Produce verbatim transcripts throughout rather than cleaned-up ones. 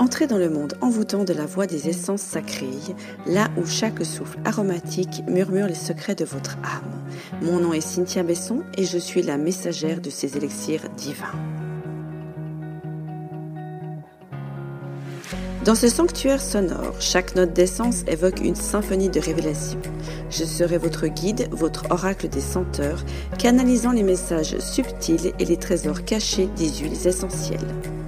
Entrez dans le monde envoûtant de la voix des essences sacrées, là où chaque souffle aromatique murmure les secrets de votre âme. Mon nom est Cynthia Besson et je suis la messagère de ces élixirs divins. Dans ce sanctuaire sonore, chaque note d'essence évoque une symphonie de révélation. Je serai votre guide, votre oracle des senteurs, canalisant les messages subtils et les trésors cachés des huiles essentielles.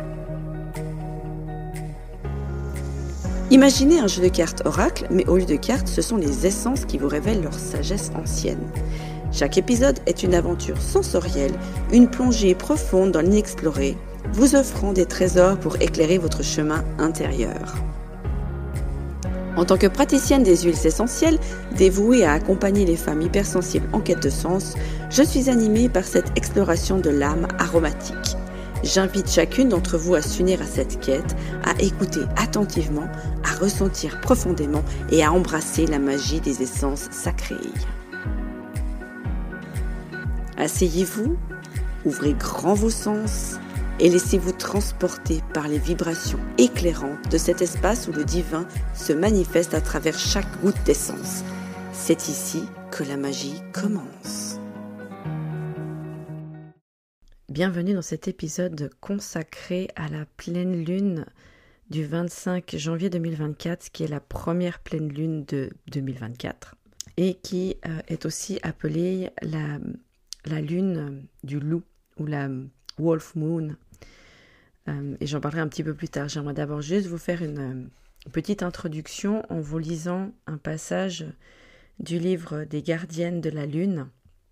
Imaginez un jeu de cartes oracle, mais au lieu de cartes, ce sont les essences qui vous révèlent leur sagesse ancienne. Chaque épisode est une aventure sensorielle, une plongée profonde dans l'inexploré, vous offrant des trésors pour éclairer votre chemin intérieur. En tant que praticienne des huiles essentielles, dévouée à accompagner les femmes hypersensibles en quête de sens, je suis animée par cette exploration de l'âme aromatique. J'invite chacune d'entre vous à s'unir à cette quête, à écouter attentivement, à ressentir profondément et à embrasser la magie des essences sacrées. Asseyez-vous, ouvrez grand vos sens et laissez-vous transporter par les vibrations éclairantes de cet espace où le divin se manifeste à travers chaque goutte d'essence. C'est ici que la magie commence. Bienvenue dans cet épisode consacré à la pleine lune du vingt-cinq janvier deux mille vingt-quatre, qui est la première pleine lune de deux mille vingt-quatre et qui euh, est aussi appelée la, la lune du loup ou la Wolf Moon. Euh, et j'en parlerai un petit peu plus tard. J'aimerais d'abord juste vous faire une, une petite introduction en vous lisant un passage du livre des Gardiennes de la Lune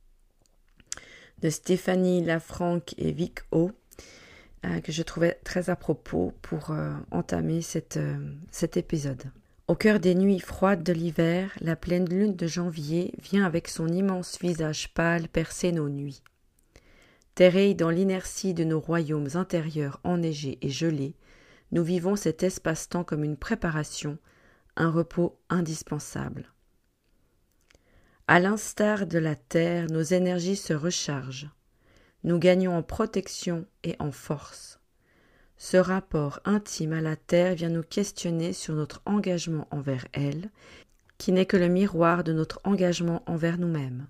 de Stéphanie Lafranc et Vic O, euh, que je trouvais très à propos pour euh, entamer cette, euh, cet épisode. Au cœur des nuits froides de l'hiver, la pleine lune de janvier vient avec son immense visage pâle percer nos nuits. Terrés dans l'inertie de nos royaumes intérieurs enneigés et gelés, nous vivons cet espace-temps comme une préparation, un repos indispensable. À l'instar de la terre, nos énergies se rechargent. Nous gagnons en protection et en force. Ce rapport intime à la terre vient nous questionner sur notre engagement envers elle, qui n'est que le miroir de notre engagement envers nous-mêmes.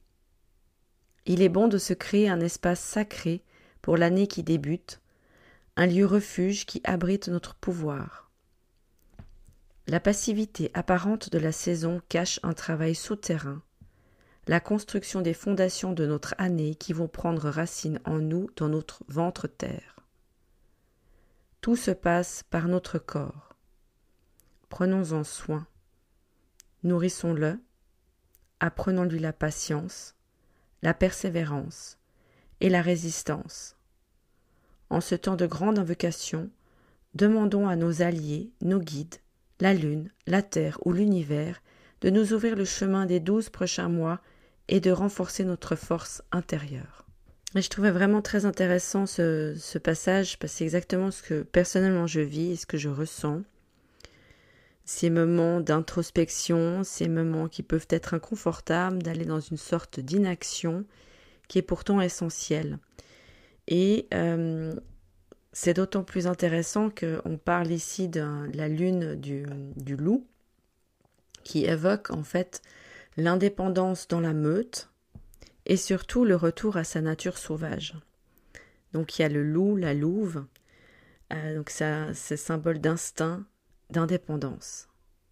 Il est bon de se créer un espace sacré pour l'année qui débute, un lieu refuge qui abrite notre pouvoir. La passivité apparente de la saison cache un travail souterrain, la construction des fondations de notre année qui vont prendre racine en nous dans notre ventre-terre. Tout se passe par notre corps. Prenons-en soin. Nourrissons-le, apprenons-lui la patience, la persévérance et la résistance. En ce temps de grande invocation, demandons à nos alliés, nos guides, la lune, la terre ou l'univers, de nous ouvrir le chemin des douze prochains mois et de renforcer notre force intérieure. Et je trouvais vraiment très intéressant ce, ce passage, parce que c'est exactement ce que personnellement je vis et ce que je ressens. Ces moments d'introspection, ces moments qui peuvent être inconfortables, d'aller dans une sorte d'inaction qui est pourtant essentielle. Et euh, c'est d'autant plus intéressant qu'on parle ici de la lune du, du loup, qui évoque en fait l'indépendance dans la meute et surtout le retour à sa nature sauvage. Donc il y a le loup, la louve, euh, donc ça, c'est symbole d'instinct, d'indépendance.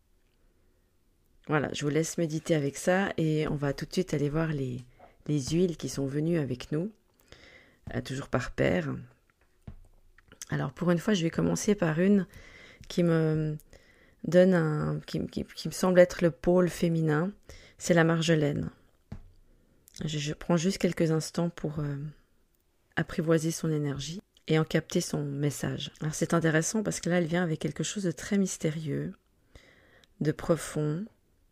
Voilà, je vous laisse méditer avec ça et on va tout de suite aller voir les, les huiles qui sont venues avec nous, euh, toujours par paire. Alors pour une fois, je vais commencer par une qui me donne un, qui, qui, qui me semble être le pôle féminin, c'est la marjolaine. Je, je prends juste quelques instants pour euh, apprivoiser son énergie et en capter son message. Alors c'est intéressant parce que là, elle vient avec quelque chose de très mystérieux, de profond.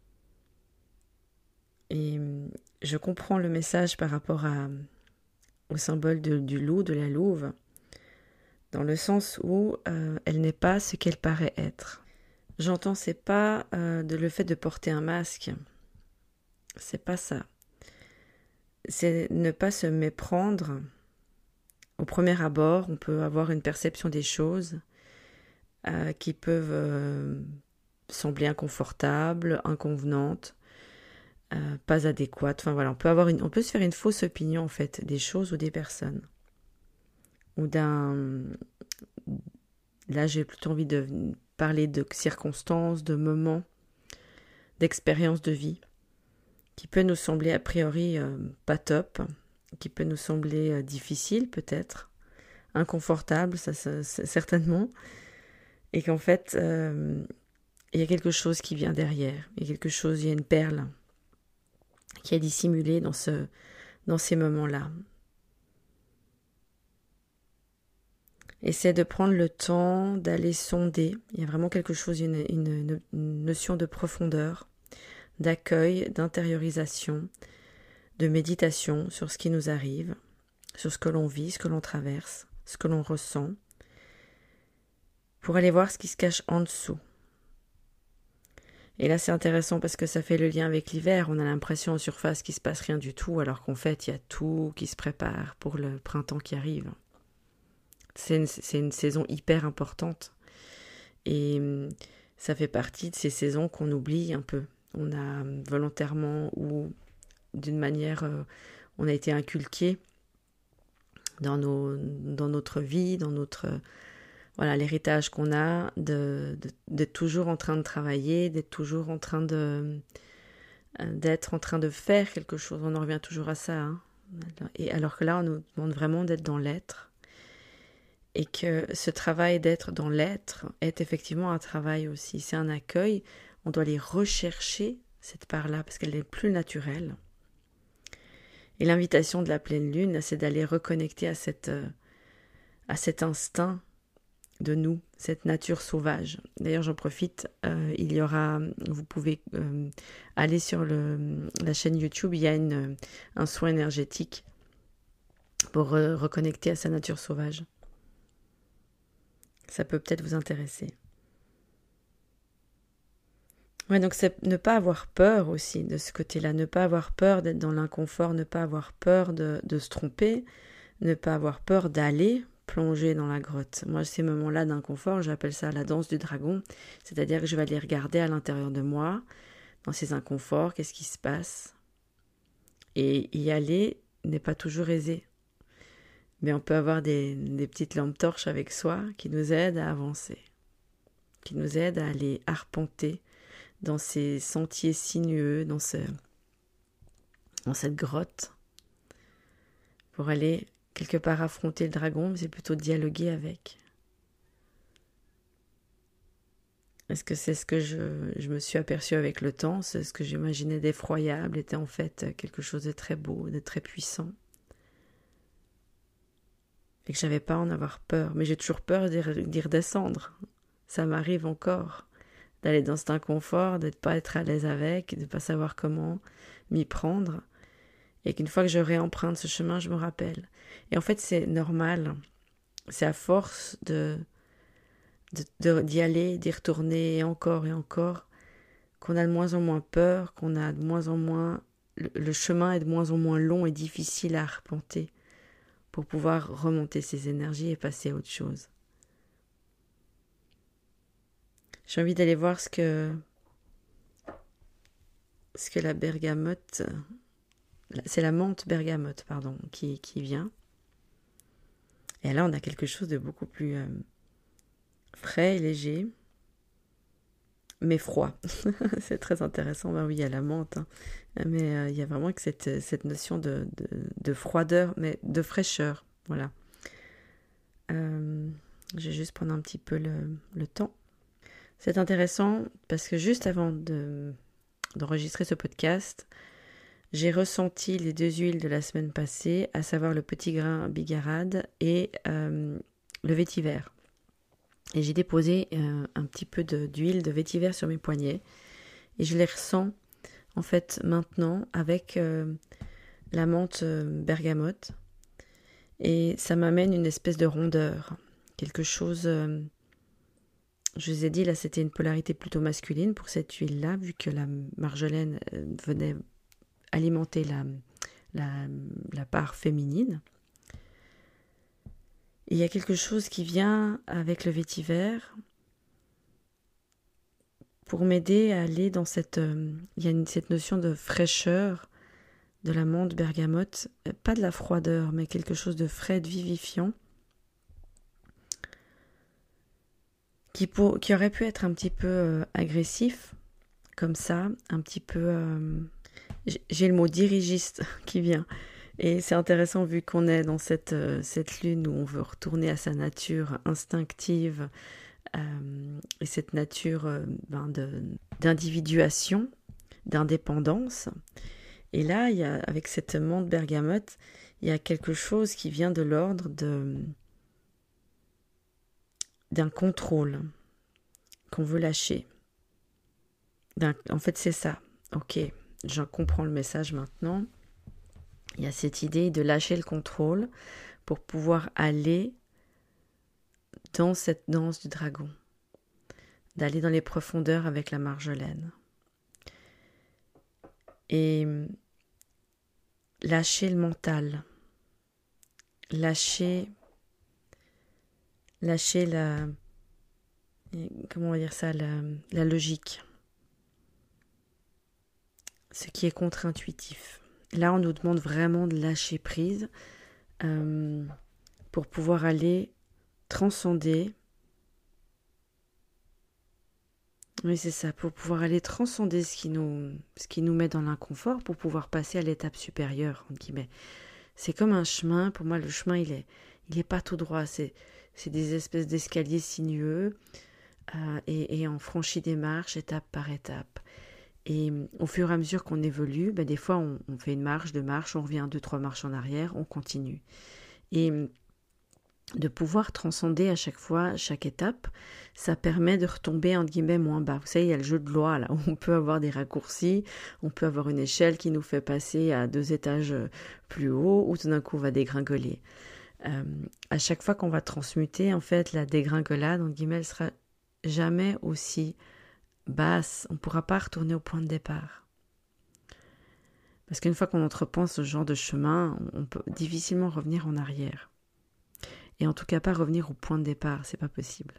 Et je comprends le message par rapport à, au symbole de, du loup, de la louve, dans le sens où euh, elle n'est pas ce qu'elle paraît être. J'entends, c'est pas euh, de le fait de porter un masque. C'est pas ça. C'est ne pas se méprendre. Au premier abord, on peut avoir une perception des choses euh, qui peuvent euh, sembler inconfortables, inconvenantes, euh, pas adéquates. Enfin voilà, on peut avoir une, on peut se faire une fausse opinion en fait des choses ou des personnes. Ou d'un... Là, j'ai plutôt envie de parler de circonstances, de moments, d'expériences de vie, qui peut nous sembler a priori euh, pas top, qui peut nous sembler euh, difficile peut-être, inconfortable, ça, ça certainement, et qu'en fait, euh, il y a quelque chose qui vient derrière, il y a quelque chose, il y a une perle qui est dissimulée dans, ce, dans ces moments-là. Essaie de prendre le temps d'aller sonder. Il y a vraiment quelque chose, une, une, une notion de profondeur, d'accueil, d'intériorisation, de méditation sur ce qui nous arrive, sur ce que l'on vit, ce que l'on traverse, ce que l'on ressent, pour aller voir ce qui se cache en dessous. Et là, c'est intéressant parce que ça fait le lien avec l'hiver. On a l'impression en surface qu'il ne se passe rien du tout, alors qu'en fait, il y a tout qui se prépare pour le printemps qui arrive. C'est une, c'est une saison hyper importante. Et ça fait partie de ces saisons qu'on oublie un peu. On a volontairement ou d'une manière, euh, on a été inculqué dans, nos, dans notre vie, dans notre... Euh, voilà, l'héritage qu'on a de, de, d'être toujours en train de travailler, d'être toujours en train de... d'être en train de faire quelque chose. On en revient toujours à ça. Hein. Et alors que là, on nous demande vraiment d'être dans l'être. Et que ce travail d'être dans l'être est effectivement un travail aussi. C'est un accueil. On doit aller rechercher cette part-là parce qu'elle est plus naturelle. Et l'invitation de la pleine lune, c'est d'aller reconnecter à, cette, à cet instinct de nous, cette nature sauvage. D'ailleurs, j'en profite, euh, il y aura, vous pouvez euh, aller sur le, la chaîne YouTube, il y a une, un soin énergétique pour re- reconnecter à sa nature sauvage. Ça peut peut-être vous intéresser. Ouais, donc c'est ne pas avoir peur aussi de ce côté-là, ne pas avoir peur d'être dans l'inconfort, ne pas avoir peur de, de se tromper, ne pas avoir peur d'aller plonger dans la grotte. Moi, ces moments-là d'inconfort, j'appelle ça la danse du dragon, c'est-à-dire que je vais aller regarder à l'intérieur de moi, dans ces inconforts, qu'est-ce qui se passe. Et y aller n'est pas toujours aisé. Mais on peut avoir des, des petites lampes torches avec soi qui nous aident à avancer, qui nous aident à aller arpenter dans ces sentiers sinueux, dans, ce, dans cette grotte, pour aller quelque part affronter le dragon, mais c'est plutôt dialoguer avec. Est-ce que c'est ce que je, je me suis aperçue avec le temps, c'est ce que j'imaginais d'effroyable, était en fait quelque chose de très beau, de très puissant. Et que j'avais pas à en avoir peur, mais j'ai toujours peur d'y, d'y redescendre. Ça m'arrive encore d'aller dans cet inconfort, de ne pas être à l'aise avec, de ne pas savoir comment m'y prendre. Et qu'une fois que je réemprunte ce chemin, je me rappelle. Et en fait, c'est normal. C'est à force de, de, de, d'y aller, d'y retourner et encore et encore, qu'on a de moins en moins peur, qu'on a de moins en moins... Le, le chemin est de moins en moins long et difficile à arpenter pour pouvoir remonter ses énergies et passer à autre chose. J'ai envie d'aller voir ce que, ce que la bergamote, c'est la menthe bergamote, pardon, qui, qui vient. Et là, on a quelque chose de beaucoup plus euh, frais et léger, mais froid. C'est très intéressant. Ben oui, il y a la menthe, hein, mais euh, il y a vraiment que cette, cette notion de, de, de froideur, mais de fraîcheur. Voilà. Euh, je vais juste prendre un petit peu le, le temps. C'est intéressant parce que juste avant de, d'enregistrer ce podcast, j'ai ressenti les deux huiles de la semaine passée, à savoir le petit grain bigarade et euh, le vétiver. Et j'ai déposé euh, un petit peu de, d'huile de vétiver sur mes poignets et je les ressens en fait maintenant avec euh, la menthe bergamote et ça m'amène une espèce de rondeur, quelque chose... Euh, Je vous ai dit, là, c'était une polarité plutôt masculine pour cette huile-là, vu que la marjolaine venait alimenter la, la, la part féminine. Il y a quelque chose qui vient avec le vétiver, pour m'aider à aller dans cette... Euh, il y a une, cette notion de fraîcheur de la menthe bergamote, pas de la froideur, mais quelque chose de frais, de vivifiant, qui, pour, qui aurait pu être un petit peu euh, agressif, comme ça, un petit peu... Euh, j'ai le mot dirigiste qui vient. Et c'est intéressant vu qu'on est dans cette, euh, cette lune où on veut retourner à sa nature instinctive euh, et cette nature euh, ben de, d'individuation, d'indépendance. Et là, il y a, avec cette menthe bergamote, il y a quelque chose qui vient de l'ordre de, d'un contrôle qu'on veut lâcher. D'un, en fait, c'est ça. Ok, je comprends le message maintenant. Il y a cette idée de lâcher le contrôle pour pouvoir aller dans cette danse du dragon, d'aller dans les profondeurs avec la marjolaine. Et lâcher le mental, lâcher, lâcher la, comment on va dire ça, la, la logique, ce qui est contre-intuitif. Là, on nous demande vraiment de lâcher prise euh, pour pouvoir aller transcender. Oui, c'est ça, pour pouvoir aller transcender ce qui nous, ce qui nous met dans l'inconfort, pour pouvoir passer à l'étape supérieure, entre guillemets. C'est comme un chemin, pour moi, le chemin, il est, il est pas tout droit, c'est, c'est des espèces d'escaliers sinueux, euh, et, et on franchit des marches, étape par étape. Et au fur et à mesure qu'on évolue, ben des fois on, on fait une marche, deux marches, on revient deux, trois marches en arrière, on continue. Et de pouvoir transcender à chaque fois, chaque étape, ça permet de retomber entre guillemets moins bas. Vous savez, il y a le jeu de loi là, où on peut avoir des raccourcis, on peut avoir une échelle qui nous fait passer à deux étages plus haut, ou tout d'un coup on va dégringoler. Euh, à chaque fois qu'on va transmuter, en fait, la dégringolade, entre guillemets, elle sera jamais aussi basse, on ne pourra pas retourner au point de départ. Parce qu'une fois qu'on entreprend ce genre de chemin, on peut difficilement revenir en arrière. Et en tout cas pas revenir au point de départ, c'est pas possible.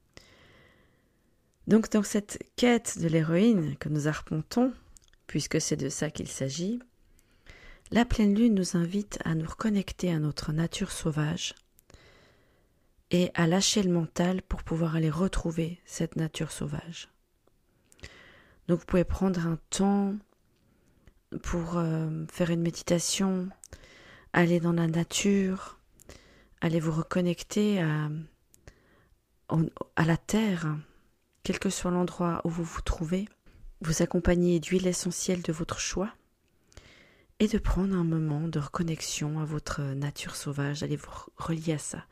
Donc dans cette quête de l'héroïne que nous arpentons, puisque c'est de ça qu'il s'agit, la pleine lune nous invite à nous reconnecter à notre nature sauvage et à lâcher le mental pour pouvoir aller retrouver cette nature sauvage. Donc vous pouvez prendre un temps pour euh, faire une méditation, aller dans la nature, aller vous reconnecter à, à la terre, quel que soit l'endroit où vous vous trouvez, vous accompagner d'huile essentielle de votre choix et de prendre un moment de reconnexion à votre nature sauvage, allez vous relier à ça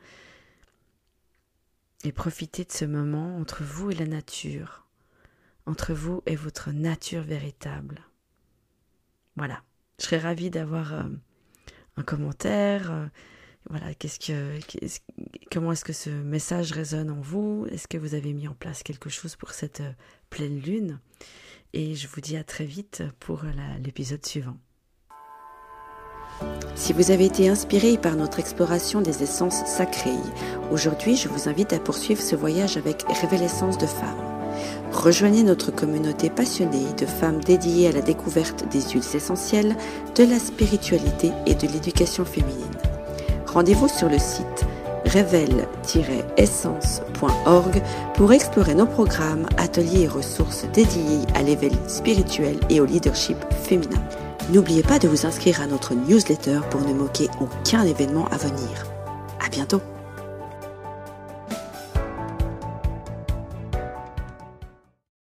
et profiter de ce moment entre vous et la nature. Entre vous et votre nature véritable. Voilà. Je serais ravie d'avoir euh, un commentaire. Euh, voilà, qu'est-ce que, qu'est-ce, comment est-ce que ce message résonne en vous? Est-ce que vous avez mis en place quelque chose pour cette euh, pleine lune? Et je vous dis à très vite pour la, l'épisode suivant. Si vous avez été inspiré par notre exploration des essences sacrées, aujourd'hui je vous invite à poursuivre ce voyage avec Révélessence de Femmes. Rejoignez notre communauté passionnée de femmes dédiées à la découverte des huiles essentielles, de la spiritualité et de l'éducation féminine. Rendez-vous sur le site révèle tiret essence point org pour explorer nos programmes, ateliers et ressources dédiés à l'éveil spirituel et au leadership féminin. N'oubliez pas de vous inscrire à notre newsletter pour ne manquer aucun événement à venir. À bientôt!